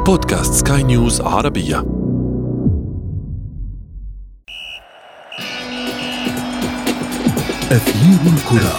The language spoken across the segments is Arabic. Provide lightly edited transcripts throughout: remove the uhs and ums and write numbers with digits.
بودكاست سكاي نيوز عربية. أثير الكرة.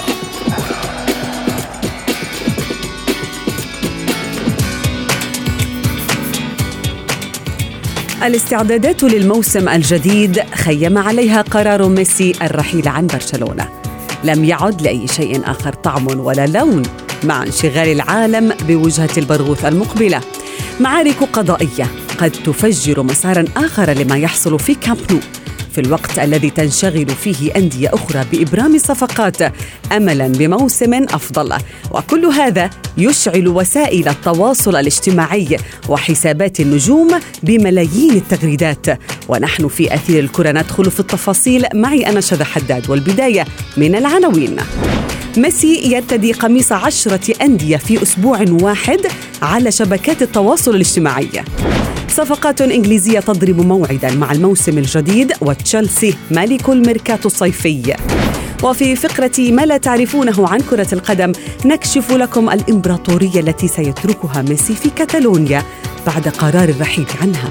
الاستعدادات للموسم الجديد خيم عليها قرار ميسي الرحيل عن برشلونة. لم يعد لأي شيء آخر طعم ولا لون مع انشغال العالم بوجهة البرغوث المقبلة. معارك قضائية قد تفجر مساراً آخر لما يحصل في كامب نو، في الوقت الذي تنشغل فيه أندية أخرى بإبرام صفقات أملاً بموسم أفضل. وكل هذا يشعل وسائل التواصل الاجتماعي وحسابات النجوم بملايين التغريدات. ونحن في أثير الكرة ندخل في التفاصيل. معي أنا شذى حداد، والبداية من العناوين. ميسي يرتدي قميص 10 أندية في أسبوع واحد على شبكات التواصل الاجتماعي. صفقات إنجليزية تضرب موعداً مع الموسم الجديد، وتشيلسي مالك الميركاتو الصيفي. وفي فقرة ما لا تعرفونه عن كرة القدم نكشف لكم الإمبراطورية التي سيتركها ميسي في كاتالونيا بعد قرار الرحيل عنها.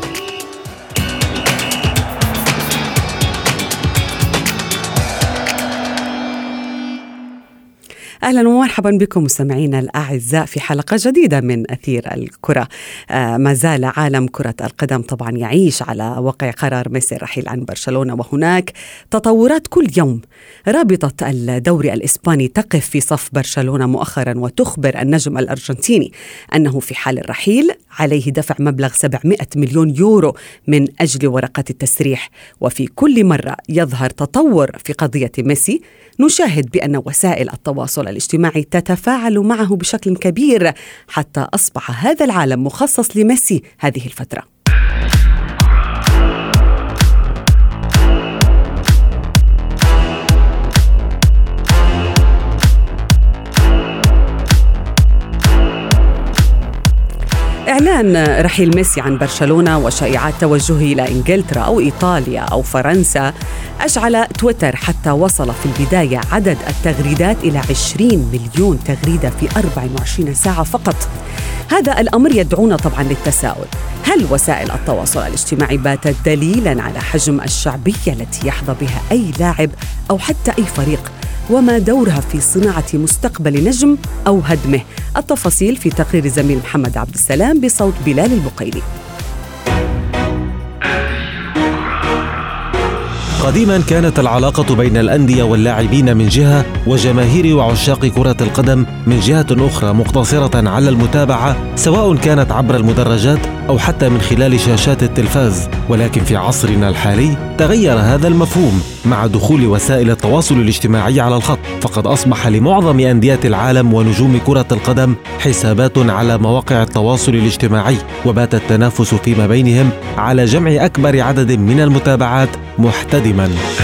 أهلا ومرحبا بكم مستمعينا الأعزاء في حلقة جديدة من أثير الكرة. ما زال عالم كرة القدم طبعا يعيش على وقع قرار ميسي الرحيل عن برشلونة، وهناك تطورات كل يوم. رابطة الدوري الإسباني تقف في صف برشلونة مؤخرا وتخبر النجم الأرجنتيني أنه في حال الرحيل عليه دفع مبلغ 700 مليون يورو من أجل ورقة التسريح. وفي كل مرة يظهر تطور في قضية ميسي نشاهد بأن وسائل التواصل الاجتماعي تتفاعل معه بشكل كبير، حتى أصبح هذا العالم مخصص لميسي هذه الفترة. إعلان رحيل ميسي عن برشلونة وشائعات توجهه إلى إنجلترا أو إيطاليا أو فرنسا أشعل تويتر، حتى وصل في البداية عدد التغريدات إلى 20 مليون تغريدة في 24 ساعة فقط. هذا الأمر يدعونا طبعا للتساؤل: هل وسائل التواصل الاجتماعي باتت دليلا على حجم الشعبية التي يحظى بها أي لاعب أو حتى أي فريق؟ وما دورها في صناعة مستقبل نجم أو هدمه؟ التفاصيل في تقرير زميل محمد عبد السلام بصوت بلال البقيلي. قديما كانت العلاقة بين الأندية واللاعبين من جهة وجماهير وعشاق كرة القدم من جهة أخرى مقتصرة على المتابعة، سواء كانت عبر المدرجات أو حتى من خلال شاشات التلفاز. ولكن في عصرنا الحالي تغير هذا المفهوم مع دخول وسائل التواصل الاجتماعي على الخط، فقد أصبح لمعظم أندية العالم ونجوم كرة القدم حسابات على مواقع التواصل الاجتماعي، وبات التنافس فيما بينهم على جمع أكبر عدد من المتابعات محتدما.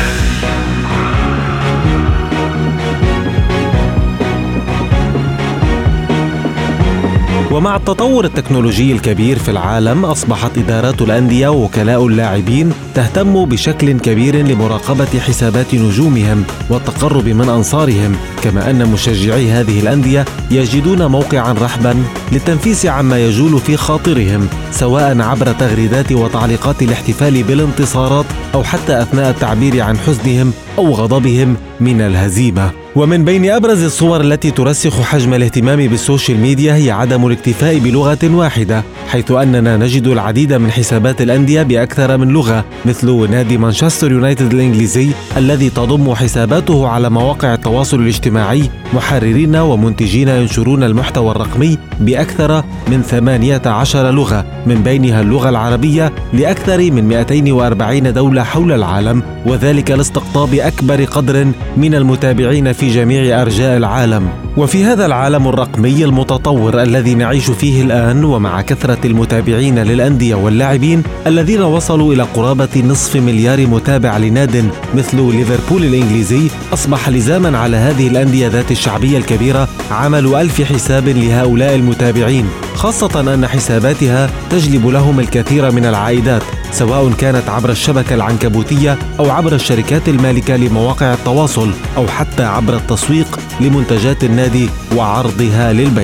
ومع التطور التكنولوجي الكبير في العالم، أصبحت إدارات الأندية ووكلاء اللاعبين تهتم بشكل كبير لمراقبة حسابات نجومهم والتقرب من أنصارهم، كما أن مشجعي هذه الأندية يجدون موقعا رحبا للتنفيس عما يجول في خاطرهم، سواء عبر تغريدات وتعليقات الاحتفال بالانتصارات أو حتى أثناء التعبير عن حزنهم أو غضبهم من الهزيمة. ومن بين أبرز الصور التي ترسخ حجم الاهتمام بالسوشيال ميديا هي عدم الاكتفاء بلغة واحدة، حيث أننا نجد العديد من حسابات الأندية بأكثر من لغة، مثل نادي مانشستر يونايتد الإنجليزي الذي تضم حساباته على مواقع التواصل الاجتماعي محررين ومنتجين ينشرون المحتوى الرقمي بأكثر من 18 لغة، من بينها اللغة العربية لأكثر من 240 دولة حول العالم، وذلك لاستقطاب أكبر قدر من المتابعين في جميع أرجاء العالم. وفي هذا العالم الرقمي المتطور الذي نعيش فيه الآن، ومع كثرة المتابعين للأندية واللاعبين الذين وصلوا إلى قرابة نصف مليار متابع لناد مثل ليفربول الإنجليزي، أصبح لزاما على هذه الأندية ذات الشعبية الكبيرة عمل 1000 حساب لهؤلاء المتابعين، خاصة أن حساباتها تجلب لهم الكثير من العائدات، سواء كانت عبر الشبكة العنكبوتية أو عبر الشركات المالكة لمواقع التواصل أو حتى عبر التسويق لمنتجات النادي وعرضها للبيع.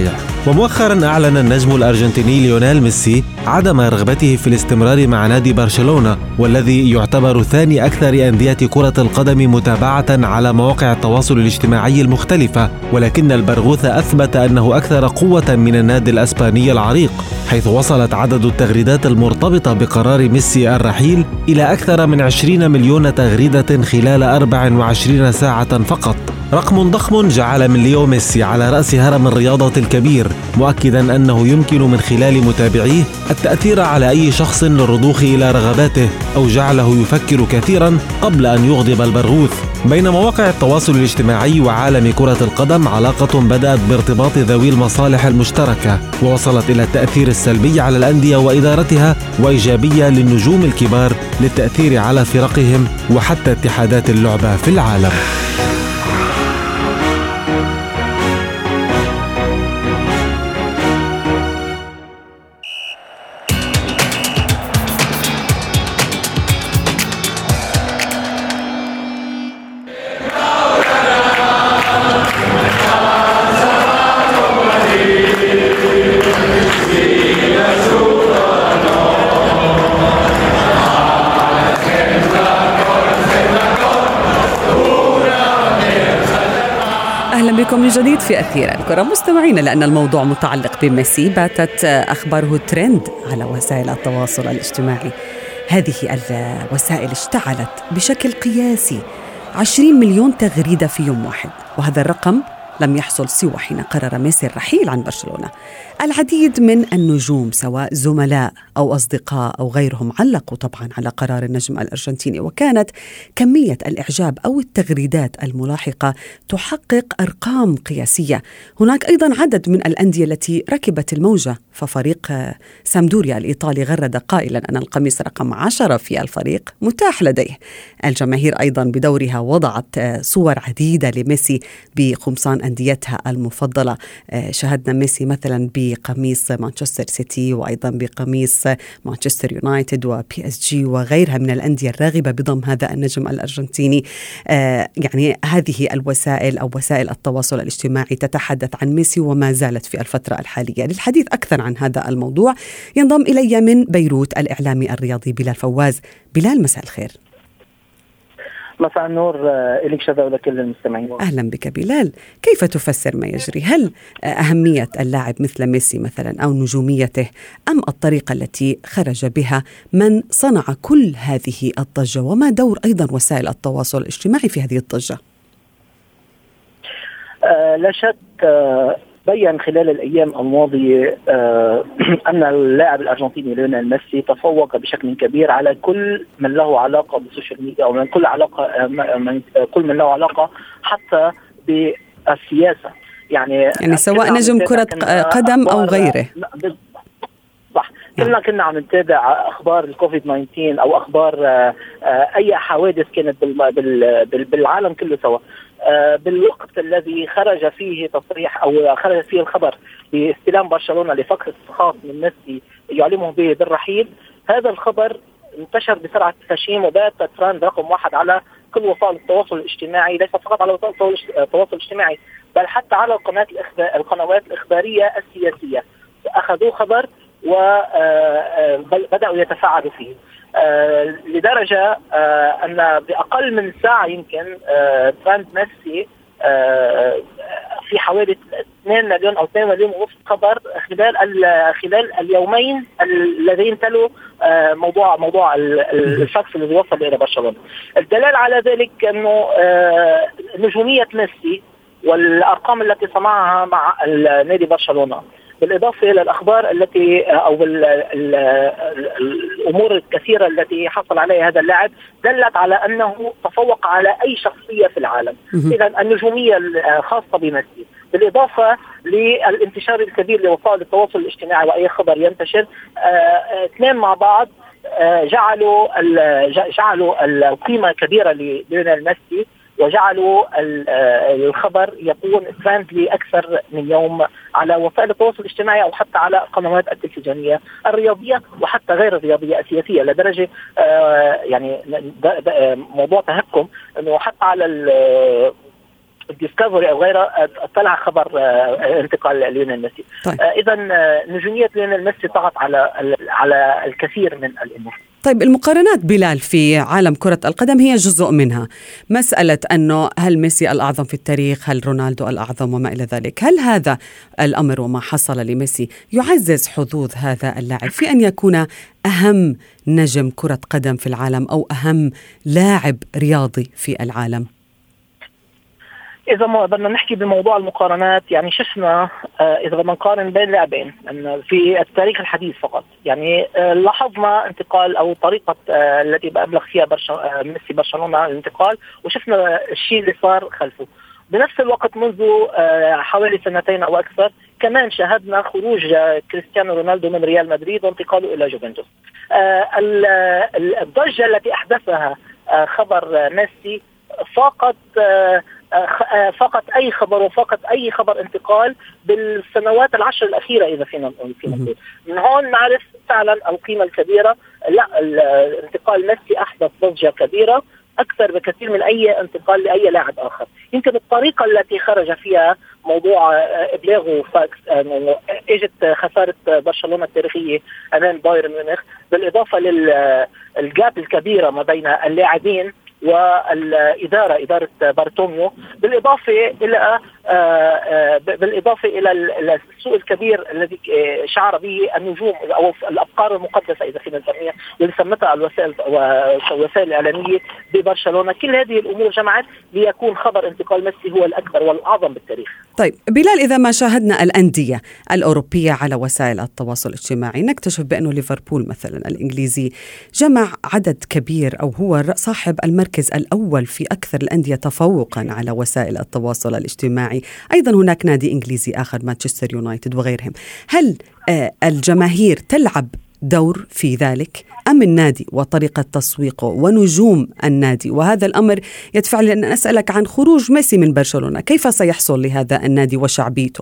ومؤخرا أعلن النجم الأرجنتيني ليونيل ميسي عدم رغبته في الاستمرار مع نادي برشلونة، والذي يعتبر ثاني أكثر أندية كرة القدم متابعة على مواقع التواصل الاجتماعي المختلفة. ولكن البرغوث أثبت أنه أكثر قوة من النادي الأسباني العريق، حيث وصلت عدد التغريدات المرتبطة بقرار ميسي الرحيل إلى أكثر من 20 مليون تغريدة خلال 24 ساعة فقط، رقم ضخم جعل من ليو ميسي على رأس هرم الرياضة الكبير، مؤكدا أنه يمكن من خلال متابعيه التأثير على أي شخص للرضوخ إلى رغباته أو جعله يفكر كثيرا قبل أن يغضب البرغوث. بين مواقع التواصل الاجتماعي وعالم كرة القدم علاقة بدأت بارتباط ذوي المصالح المشتركة، ووصلت إلى التأثير السلبي على الأندية وإدارتها، وإيجابية للنجوم الكبار للتأثير على فرقهم وحتى اتحادات اللعبة في العالم. بكم من جديد في أثير الكرة مستمعين، لأن الموضوع متعلق بميسي. باتت أخباره ترند على وسائل التواصل الاجتماعي. هذه الوسائل اشتعلت بشكل قياسي، 20 مليون تغريدة في يوم واحد، وهذا الرقم لم يحصل سوى حين قرر ميسي الرحيل عن برشلونة. العديد من النجوم سواء زملاء أو أصدقاء أو غيرهم علقوا طبعا على قرار النجم الأرجنتيني، وكانت كمية الإعجاب أو التغريدات الملاحقة تحقق أرقام قياسية. هناك أيضا عدد من الأندية التي ركبت الموجة، ففريق سامدوريا الإيطالي غرد قائلا أن القميص رقم 10 في الفريق متاح لديه. الجماهير أيضا بدورها وضعت صور عديدة لميسي بقمصان أنديتها المفضلة. شاهدنا ميسي مثلا بقميص مانشستر سيتي، وأيضا بقميص مانشستر يونايتد وبي اس جي وغيرها من الأندية الراغبة بضم هذا النجم الأرجنتيني. يعني هذه الوسائل أو وسائل التواصل الاجتماعي تتحدث عن ميسي وما زالت في الفترة الحالية. للحديث أكثر عن هذا الموضوع ينضم إلي من بيروت الإعلامي الرياضي بلال فواز. بلال، مساء الخير. مساء النور إليك شذا ولكل المستمعين. أهلا بك بلال. كيف تفسر ما يجري؟ هل أهمية اللاعب مثل ميسي مثلا أو نجوميته، أم الطريقة التي خرج بها من صنع كل هذه الضجة؟ وما دور أيضا وسائل التواصل الاجتماعي في هذه الضجة؟ لا شك بيّن خلال الأيام الماضية أن اللاعب الأرجنتيني ليونيل ميسي تفوق بشكل كبير على كل من له علاقة بالسوشيال ميديا، أو من كل من له علاقة حتى بالسياسة. يعني سواء نجم كرة قدم أو غيره. صح. كنا عم نتابع أخبار الكوفيد 19 أو أخبار أي حوادث كانت بالعالم كله سوا. بالوقت الذي خرج فيه تصريح أو خرج فيه الخبر باستلام برشلونة لفك الخاص من ميسي يعلمه به بالرحيل، هذا الخبر انتشر بسرعة تفشيم وبات ترند رقم 1 على كل وسائل التواصل الاجتماعي، ليس فقط على وسائل التواصل الاجتماعي بل حتى على القنوات الإخبارية السياسية. أخذوا خبر وبدأوا يتفاعلوا فيه لدرجة أن بأقل من ساعة يمكن ترند ميسي في حوالي 2 مليون أو 2 مليون ونصف خبر خلال اليومين الذين تلوا موضوع الشخص الذي وصل إلى برشلونة. الدلالة على ذلك أنه نجومية ميسي والأرقام التي صنعها مع نادي برشلونة، بالإضافة إلى الأخبار التي أو الأمور الكثيرة التي حصل عليها هذا اللاعب، دلت على أنه تفوق على أي شخصية في العالم. إذن النجومية الخاصة بميسي بالإضافة للانتشار الكبير لوسائل التواصل الاجتماعي وأي خبر ينتشر، اثنين مع بعض جعلوا القيمة كبيرة لليونيل ميسي، وجعلوا الخبر يكون ترند لأكثر من يوم على وسائل التواصل الاجتماعي أو حتى على القنوات التلفزيونية الرياضية وحتى غير الرياضية السياسية، لدرجة يعني موضوع تهكم أنه حتى ديسكفري أو غيره طلع خبر انتقال ليونيل ميسي. طيب. إذا نجومية ليونيل ميسي طغت على الكثير من الأمور. طيب، المقارنات بلال في عالم كرة القدم هي جزء منها. مسألة أنه هل ميسي الأعظم في التاريخ، هل رونالدو الأعظم وما إلى ذلك، هل هذا الأمر وما حصل لميسي يعزز حظوظ هذا اللاعب في أن يكون أهم نجم كرة قدم في العالم أو أهم لاعب رياضي في العالم؟ إذا ما بدنا نحكي بموضوع المقارنات، يعني شفنا إذا بدنا نقارن بين لاعبين في التاريخ الحديث فقط، يعني لاحظنا انتقال أو طريقة التي أبلغ فيها ميسي برشلونة الانتقال، وشفنا الشيء اللي صار خلفه. بنفس الوقت منذ حوالي 2 أو أكثر كمان شاهدنا خروج كريستيانو رونالدو من ريال مدريد وانتقاله إلى جوفنتوس. الضجة التي أحدثها خبر ميسي فقط أي خبر وفقط أي خبر انتقال بالسنوات 10 الأخيرة إذا فينا نقول. من هون نعرف فعلا القيمة الكبيرة. لا، الانتقال ميسي أحدث ضجة كبيرة أكثر بكثير من أي انتقال لأي لاعب آخر. يمكن الطريقة التي خرج فيها موضوع إبلاغه فاكس إجت خسارة برشلونة التاريخية أمام بايرن ميونخ، بالإضافة للجاب الكبيرة ما بين اللاعبين والإدارة بارتوميو، بالإضافة إلى السوء الكبير الذي شعر به النجوم أو الأفكار المقدسة إذا فينا نسميها، واللي سمتها الوسائل الإعلامية ببرشلونة. كل هذه الأمور جمعت ليكون خبر انتقال ميسي هو الأكبر والأعظم بالتاريخ. طيب بلال، إذا ما شاهدنا الأندية الأوروبية على وسائل التواصل الاجتماعي نكتشف بأنه ليفربول مثلا الإنجليزي جمع عدد كبير أو هو صاحب المركز الأول في أكثر الأندية تفوقا على وسائل التواصل الاجتماعي. أيضا هناك نادي إنجليزي آخر مانشستر يونايتد وغيرهم. هل الجماهير تلعب دور في ذلك أم النادي وطريقة تسويقه ونجوم النادي؟ وهذا الأمر يدفعني أن أسألك عن خروج ميسي من برشلونة، كيف سيحصل لهذا النادي وشعبيته؟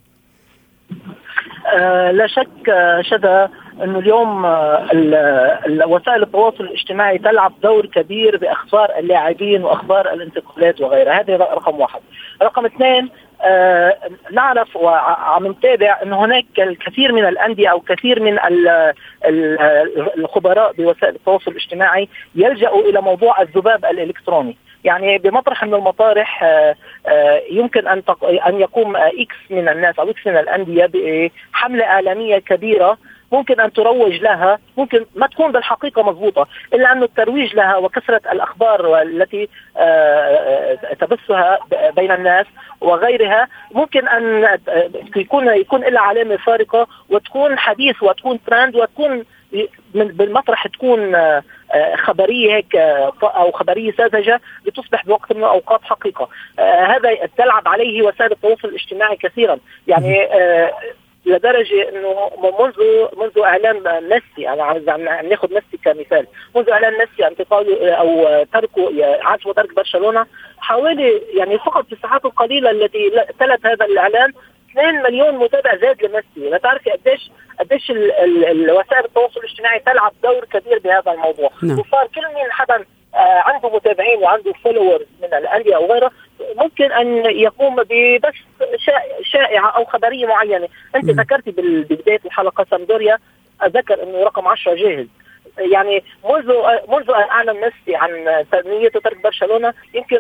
لا شك شذا أنه اليوم وسائل التواصل الاجتماعي تلعب دور كبير بأخبار اللاعبين وأخبار الانتقالات وغيرها. هذا رقم 1. رقم 2، نعرف وعم نتابع أن هناك الكثير من الأندية أو كثير من الخبراء بوسائل التواصل الاجتماعي يلجأوا إلى موضوع الذباب الإلكتروني. يعني بمطرح من المطارح يمكن أن يقوم إكس من الناس أو إكس من الأندية بحملة إعلامية كبيرة ممكن أن تروج لها، ممكن ما تكون بالحقيقة مضبوطة، إلا أن الترويج لها وكثرة الأخبار التي تبثها بين الناس وغيرها ممكن أن يكون لها علامة فارقة وتكون حديث وتكون ترند وتكون بالمطرح تكون خبرية هيك أو خبرية ساذجة لتصبح بوقت من الأوقات حقيقة. هذا تلعب عليه وسائل التواصل الاجتماعي كثيرا، يعني لدرجة أنه منذ إعلان ميسي، أنا عم ناخذ ميسي كمثال، منذ إعلان ميسي انتقاله أو تركه عزم ترك برشلونة حوالي يعني فقط في الساعات القليلة التي تلت هذا الإعلان 2 مليون متابع زاد لميسي. لا تعرفي قديش وسائل التواصل الاجتماعي تلعب دور كبير بهذا الموضوع. وصار كل من حدا عنده متابعين وعنده فولورز من الأندية أو غيره ممكن أن يقوم ببث شائعة أو خبرية معينة. أنت ذكرتي ببداية الحلقة سامدوريا، أذكر أنه رقم 10 جاهز. يعني منذ أن أعلن ميسي عن نيته ترك برشلونة يمكن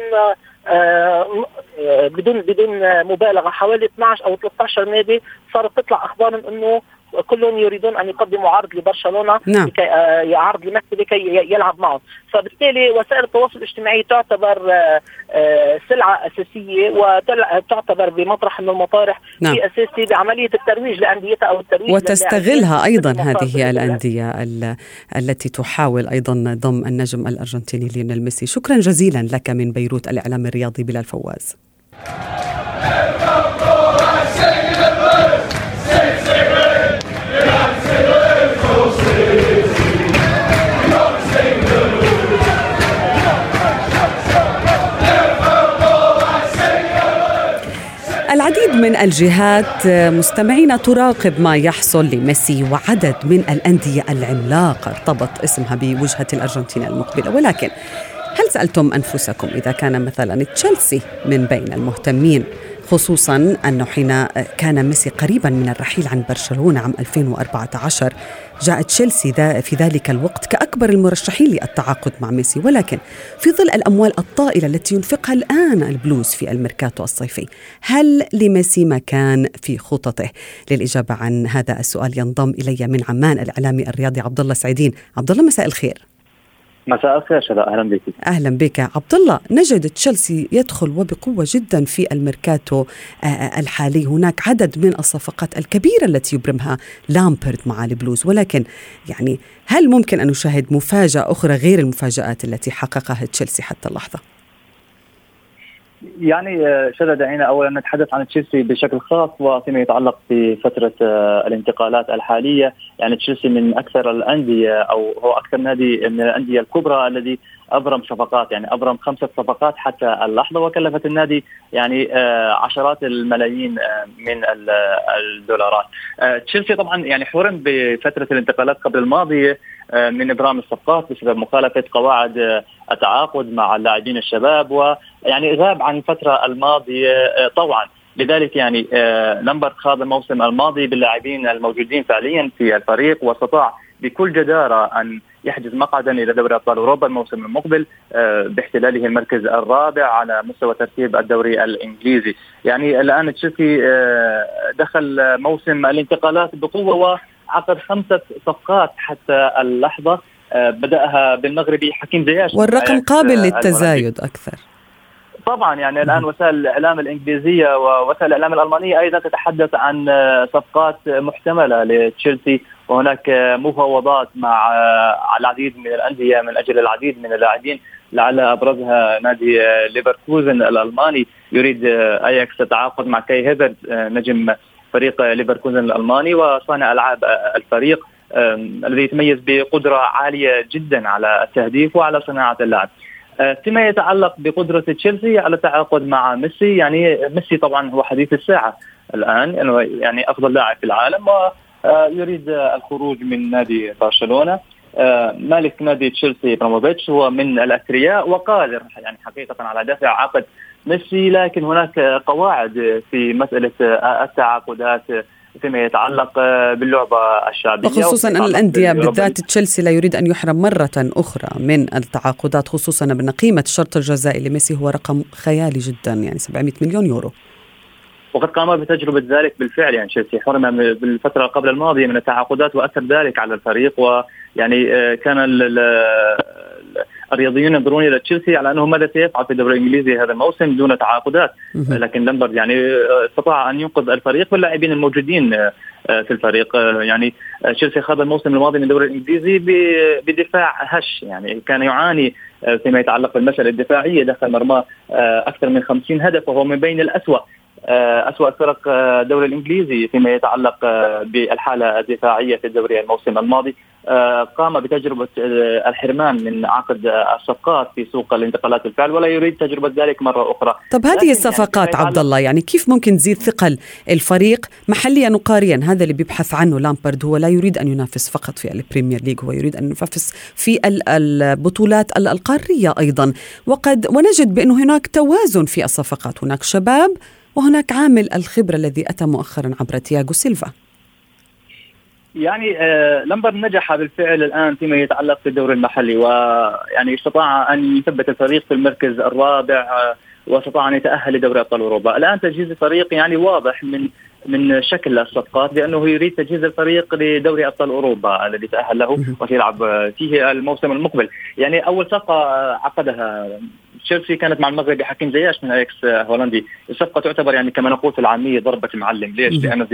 بدون مبالغة حوالي 12 أو 13 نادي صارت تطلع أخبار أنه كلهم يريدون أن يقدموا عرض لبرشلونة لكي عرض لميسي لكي يلعب معهم. فبالتالي وسائل التواصل الاجتماعي تعتبر سلعة أساسية وتعتبر بمطرح من المطارح في أساسي بعملية الترويج لأنديتها أو الترويج وتستغلها أيضا هذه الأندية التي تحاول أيضا ضم النجم الأرجنتيني ليونيل ميسي. شكرا جزيلا لك من بيروت الإعلام الرياضي بلال فواز. العديد من الجهات مستمعين تراقب ما يحصل لميسي وعدد من الأندية العملاقة ارتبط اسمها بوجهة الأرجنتين المقبلة، ولكن هل سألتم أنفسكم إذا كان مثلا تشيلسي من بين المهتمين، خصوصا أنه حين كان ميسي قريبا من الرحيل عن برشلونة عام 2014 جاء تشيلسي في ذلك الوقت كأكبر المرشحين للتعاقد مع ميسي، ولكن في ظل الأموال الطائلة التي ينفقها الآن البلوز في الميركاتو الصيفي، هل لميسي مكان في خططه؟ للإجابة عن هذا السؤال ينضم إلي من عمان الإعلامي الرياضي عبد الله سعيدين. عبد الله مساء الخير. مساء الخير شذا، أهلا بك. أهلا بك عبد الله. نجد تشيلسي يدخل وبقوة جدا في الميركاتو الحالي، هناك عدد من الصفقات الكبيرة التي يبرمها لامبرد مع البلوز، ولكن يعني هل ممكن أن نشاهد مفاجأة أخرى غير المفاجآت التي حققها تشيلسي حتى اللحظة؟ يعني شذا دعينا أولا نتحدث عن تشيلسي بشكل خاص وفيما يتعلق بفترة الانتقالات الحالية. يعني تشيلسي من أكثر الأندية أو هو أكثر نادي من الأندية الكبرى الذي أبرم صفقات، يعني أبرم 5 صفقات حتى اللحظة، وكلفت النادي يعني عشرات الملايين من الدولارات. تشيلسي طبعا يعني حرم بفترة الانتقالات قبل الماضية من إبرام الصفقات بسبب مخالفة قواعد التعاقد مع اللاعبين الشباب، ويعني غاب عن الفترة الماضية طوعا. لذلك يعني لامبرد خاض الموسم الماضي باللاعبين الموجودين فعليا في الفريق، واستطاع بكل جدارة أن يحجز مقعدا إلى دوري أبطال أوروبا الموسم المقبل باحتلاله المركز الرابع على مستوى ترتيب الدوري الإنجليزي. يعني الآن تشيلسي دخل موسم الانتقالات بقوة وعقد 5 صفقات حتى اللحظة، بدأها بالمغربي حكيم زياش، والرقم قابل للتزايد أكثر. طبعا يعني الآن وسائل الإعلام الإنجليزية ووسائل الإعلام الألمانية أيضا تتحدث عن صفقات محتملة لتشيلسي، وهناك مفاوضات مع العديد من الأندية من أجل العديد من اللاعبين، لعل أبرزها نادي ليفركوزن الألماني يريد أياكس التعاقد مع كاي هيفرتز نجم فريق ليفركوزن الألماني وصانع ألعاب الفريق الذي يتميز بقدرة عالية جدا على التهديف وعلى صناعة اللعب. فيما يتعلق بقدرة تشيلسي على التعاقد مع ميسي، يعني ميسي طبعا هو حديث الساعة الآن، إنه يعني أفضل لاعب في العالم ويريد الخروج من نادي برشلونة. مالك نادي تشيلسي إبراموفيتش هو من الأثرياء وقادر يعني حقيقة على دفع عقد ميسي، لكن هناك قواعد في مسألة التعاقدات فيما يتعلق باللعبة الشعبية، وخصوصا أن الأندية بالذات تشيلسي لا يريد أن يحرم مرة أخرى من التعاقدات، خصوصا بأن قيمة الشرط الجزائي لميسي هو رقم خيالي جدا، يعني 700 مليون يورو، وقد قام بتجربة ذلك بالفعل. يعني تشيلسي حرم بالفترة قبل الماضية من التعاقدات وأثر ذلك على الفريق، ويعني كان الرياضيون ينظرون إلى تشيلسي على أنه ماذا سيفعل في الدوري الإنجليزي هذا الموسم دون تعاقدات، لكن لامبرد يعني استطاع أن ينقذ الفريق واللاعبين الموجودين في الفريق. يعني تشيلسي خاض الموسم الماضي من الدوري الإنجليزي بدفاع هش، يعني كان يعاني فيما يتعلق بالمسألة الدفاعية، دخل مرمى أكثر من 50 هدف، وهو من بين أسوأ فرق الدوري الإنجليزي فيما يتعلق بالحالة الدفاعية في الدوري الموسم الماضي. قام بتجربة الحرمان من عقد الصفقات في سوق الانتقالات بالفعل، ولا يريد تجربة ذلك مرة أخرى. طب هذه الصفقات يعني عبد الله يعني كيف ممكن تزيد ثقل الفريق محليا وقاريا؟ هذا اللي بيبحث عنه لامبرد، هو لا يريد أن ينافس فقط في البريمير ليج، هو يريد أن ينافس في البطولات القارية أيضا، ونجد بأنه هناك توازن في الصفقات، هناك شباب وهناك عامل الخبرة الذي أتى مؤخرا عبر تياغو سيلفا. يعني لامبرد نجح بالفعل الآن فيما يتعلق بالدوري المحلي، ويعني استطاع أن يثبت الفريق في المركز الرابع، واستطاع أن يتأهل لدوري أبطال أوروبا. الآن تجهيز الفريق يعني واضح من شكل الصفقات بأنه يريد تجهيز الفريق لدوري أبطال أوروبا الذي تأهل له وسيلعب فيه الموسم المقبل. يعني أول صفقة عقدها تشيلسي كانت مع المغربي حكيم زياش من اياكس هولندي. الصفقة تعتبر يعني كما نقول في العامية ضربة المعلم. ليش؟ لأن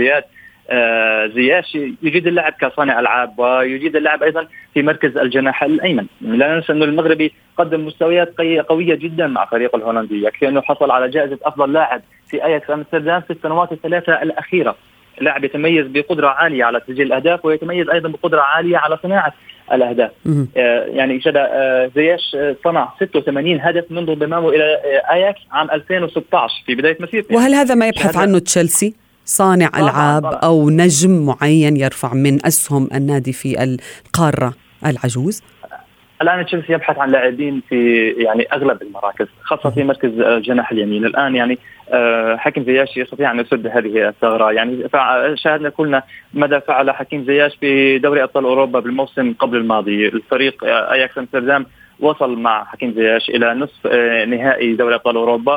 زياش يجيد اللعب كصانع ألعاب، ويجيد اللعب أيضا في مركز الجناح الأيمن. لا ننسى أن المغربي قدم مستويات قوية جدا مع فريق الهولندي، يكفي أنه حصل على جائزة أفضل لاعب في اياكس أمستردام في السنوات الثلاثة الأخيرة. لاعب يتميز بقدرة عالية على تسجيل الأهداف، ويتميز أيضا بقدرة عالية على صناعة الأهداف. يعني زياش صنع 86 هدف منذ انضمامه إلى اياكس عام 2016 في بداية مسيرته. وهل هذا ما يبحث عنه تشيلسي؟ صانع ألعاب أو نجم معين يرفع من أسهم النادي في القارة العجوز؟ الآن تشيلسي يبحث عن لاعبين في يعني أغلب المراكز، خاصة في مركز الجناح اليمين. الآن يعني حكيم زياش يستطيع أن يسد هذه الثغرة. يعني شاهدنا كلنا ماذا فعل حكيم زياش في دوري أبطال أوروبا بالموسم قبل الماضي. الفريق أياكس أمستردام وصل مع حكيم زياش إلى نصف نهائي دوري أبطال أوروبا،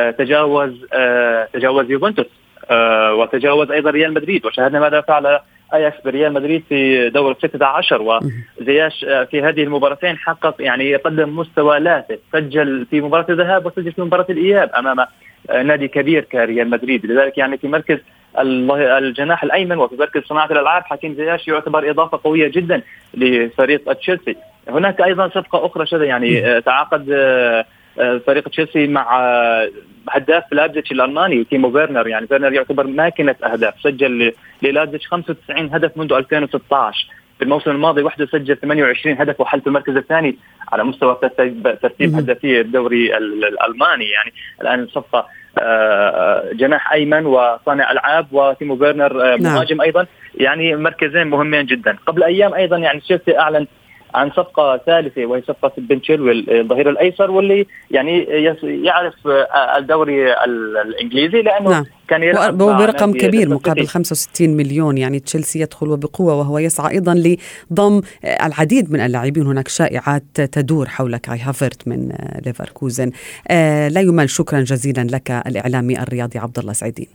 تجاوز يوفنتوس وتجاوز أيضا ريال مدريد، وشاهدنا ماذا فعل أياكس بريال مدريد في دور 16. وزياش في هذه المباراتين حقق يعني يقدم مستوى لافت، سجل في مباراة الذهاب وسجل في مباراة الإياب أمام نادي كبير كريال مدريد. لذلك يعني في مركز الجناح الأيمن وفي مركز صناعة الألعاب حكيم زياش يعتبر إضافة قوية جدا لفريق تشيلسي. هناك أيضا صفقة أخرى شذا، يعني تعاقد فريق تشيلسي مع هداف لايبزيج الألماني تيمو فيرنر. يعني فيرنر يعتبر ماكينة أهداف، سجل للايبزيج 95 هدف منذ 2016. في الموسم الماضي وحده سجل 28 هدف وحل في المركز الثاني على مستوى ترتيب هدافي الدوري الألماني. يعني الآن صفقة جناح أيمن وصانع ألعاب وتيمو فيرنر مهاجم أيضا، يعني مركزين مهمين جدا. قبل أيام أيضا يعني تشيلسي أعلن عن صفقة ثالثة وهي صفقة بن تشيلويل الظهير الأيسر، واللي يعني يعرف الدوري الإنجليزي لأنه كان يلعب برقم كبير مقابل 65 مليون. يعني تشيلسي يدخل وبقوة، وهو يسعى أيضا لضم العديد من اللاعبين. هناك شائعات تدور حول كاي هافرت من ليفركوزن. لا يمل، شكرا جزيلا لك الإعلامي الرياضي عبد الله سعيدين.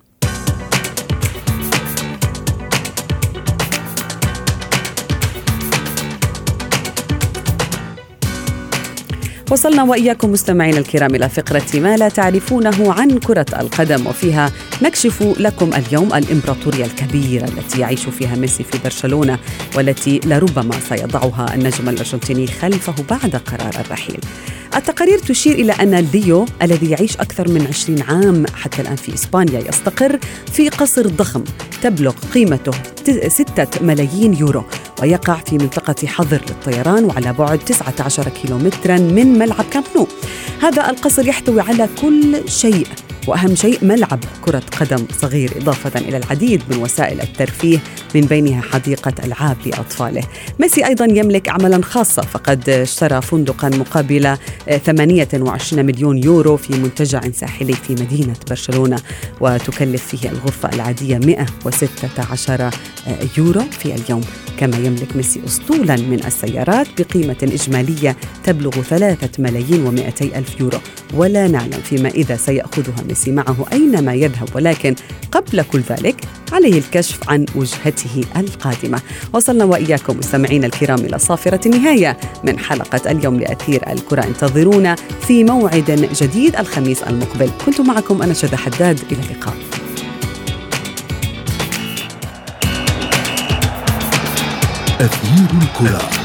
وصلنا وإياكم مستمعين الكرام إلى فقرة ما لا تعرفونه عن كرة القدم، وفيها نكشف لكم اليوم الإمبراطورية الكبيرة التي يعيش فيها ميسي في برشلونة، والتي لربما سيضعها النجم الأرجنتيني خلفه بعد قرار الرحيل. التقارير تشير إلى أن ليو الذي يعيش أكثر من 20 عام حتى الآن في إسبانيا يستقر في قصر ضخم تبلغ قيمته 6 ملايين يورو، ويقع في منطقة حظر للطيران وعلى بعد 19 كيلومترا من ملعب كامب نو. هذا القصر يحتوي على كل شيء، وأهم شيء ملعب كرة قدم صغير، إضافة إلى العديد من وسائل الترفيه من بينها حديقة ألعاب لأطفاله. ميسي أيضا يملك عملا خاصة، فقد اشترى فندقا مقابل 28 مليون يورو في منتجع ساحلي في مدينة برشلونة، وتكلف فيه الغرفة العادية 116 يورو في اليوم. كما يملك ميسي أسطولا من السيارات بقيمة إجمالية تبلغ 3,200,000 يورو، ولا نعلم فيما إذا سيأخذها ميسي معه أينما يذهب، ولكن قبل كل ذلك عليه الكشف عن وجهته القادمة. وصلنا وإياكم مستمعين الكرام إلى صافرة النهاية من حلقة اليوم لأثير الكرة. انتظرونا في موعد جديد الخميس المقبل. كنت معكم أنا شذى حداد، إلى اللقاء. أثير الكرة.